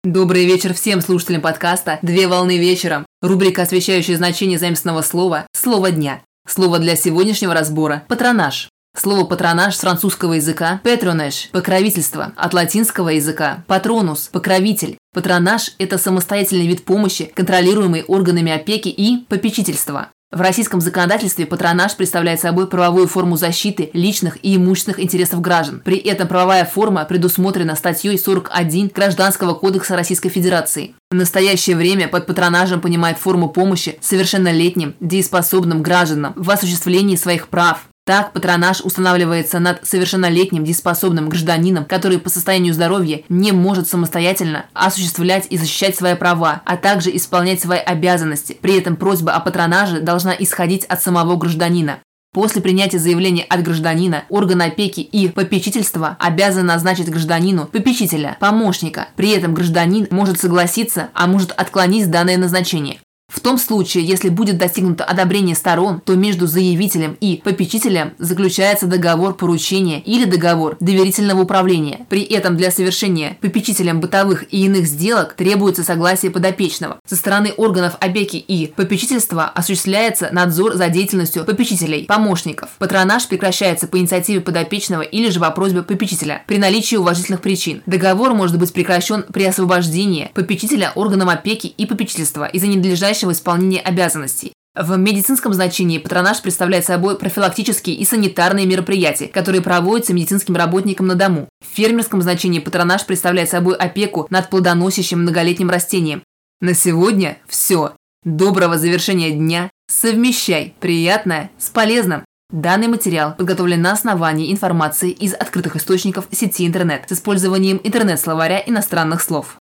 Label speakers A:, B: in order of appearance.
A: Добрый вечер всем слушателям подкаста «Две волны вечером». Рубрика, освещающая значение заимственного слова «Слово дня». Слово для сегодняшнего разбора – патронаж. Слово «патронаж» с французского языка «patronage» – покровительство, от латинского языка «patronus» – покровитель. Патронаж – это самостоятельный вид помощи, контролируемый органами опеки и попечительства. В российском законодательстве патронаж представляет собой правовую форму защиты личных и имущественных интересов граждан. При этом правовая форма предусмотрена статьей 41 Гражданского кодекса Российской Федерации. В настоящее время под патронажем понимает форму помощи совершеннолетним, дееспособным гражданам в осуществлении своих прав. Так, патронаж устанавливается над совершеннолетним дееспособным гражданином, который по состоянию здоровья не может самостоятельно осуществлять и защищать свои права, а также исполнять свои обязанности. При этом просьба о патронаже должна исходить от самого гражданина. После принятия заявления от гражданина, орган опеки и попечительства обязан назначить гражданину попечителя, помощника. При этом гражданин может согласиться, а может отклонить данное назначение. В том случае, если будет достигнуто одобрение сторон, то между заявителем и попечителем заключается договор поручения или договор доверительного управления. При этом для совершения попечителем бытовых и иных сделок требуется согласие подопечного. Со стороны органов опеки и попечительства осуществляется надзор за деятельностью попечителей, помощников. Патронаж прекращается по инициативе подопечного или же по просьбе попечителя при наличии уважительных причин. Договор может быть прекращен при освобождении попечителя органам опеки и попечительства из-за ненадлежащего исполнения обязанностей. В медицинском значении патронаж представляет собой профилактические и санитарные мероприятия, которые проводятся медицинским работникам на дому. В фермерском значении патронаж представляет собой опеку над плодоносящим многолетним растением. На сегодня все. Доброго завершения дня. Совмещай приятное с полезным. Данный материал подготовлен на основании информации из открытых источников сети интернет с использованием интернет-словаря иностранных слов.